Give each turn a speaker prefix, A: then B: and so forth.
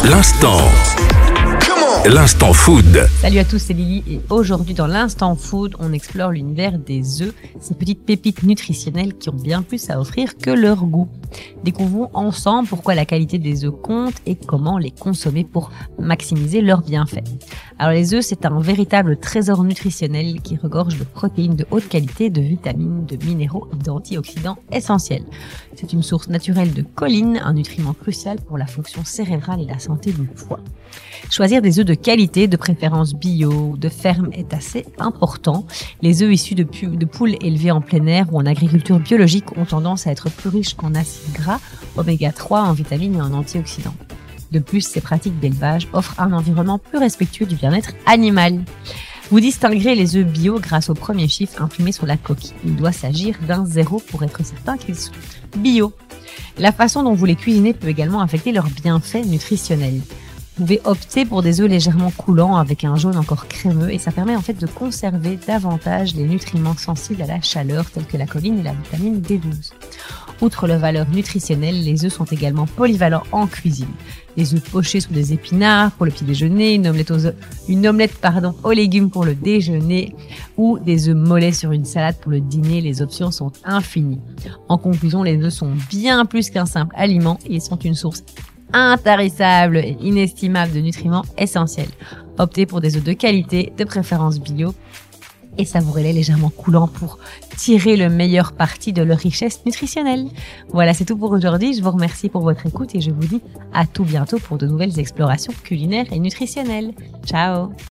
A: L'instant. L'instant food.
B: Salut à tous, c'est Lily et aujourd'hui dans l'instant food, on explore l'univers des œufs, ces petites pépites nutritionnelles qui ont bien plus à offrir que leur goût. Découvrons ensemble pourquoi la qualité des œufs compte et comment les consommer pour maximiser leurs bienfaits. Alors les œufs, c'est un véritable trésor nutritionnel qui regorge de protéines de haute qualité, de vitamines, de minéraux et d'antioxydants essentiels. C'est une source naturelle de choline, un nutriment crucial pour la fonction cérébrale et la santé du foie. Choisir des œufs de qualité, de préférence bio ou de ferme est assez important. Les œufs issus de poules élevées en plein air ou en agriculture biologique ont tendance à être plus riches qu'en acides gras, oméga 3, en vitamines et en antioxydants. De plus, ces pratiques d'élevage offrent un environnement plus respectueux du bien-être animal. Vous distinguerez les œufs bio grâce au premier chiffre imprimé sur la coquille. Il doit s'agir d'un 0 pour être certain qu'ils sont bio. La façon dont vous les cuisinez peut également affecter leurs bienfaits nutritionnels. Vous pouvez opter pour des œufs légèrement coulants avec un jaune encore crémeux et ça permet en fait de conserver davantage les nutriments sensibles à la chaleur tels que la choline et la vitamine D12. Outre leur valeur nutritionnelle, les œufs sont également polyvalents en cuisine. Les œufs pochés sous des épinards pour le petit déjeuner, une omelette aux légumes pour le déjeuner ou des œufs mollets sur une salade pour le dîner, les options sont infinies. En conclusion, les œufs sont bien plus qu'un simple aliment et sont une source intarissable et inestimable de nutriments essentiels. Optez pour des œufs de qualité, de préférence bio, et savourez-les légèrement coulants pour tirer le meilleur parti de leur richesse nutritionnelle. Voilà, c'est tout pour aujourd'hui. Je vous remercie pour votre écoute et je vous dis à tout bientôt pour de nouvelles explorations culinaires et nutritionnelles. Ciao!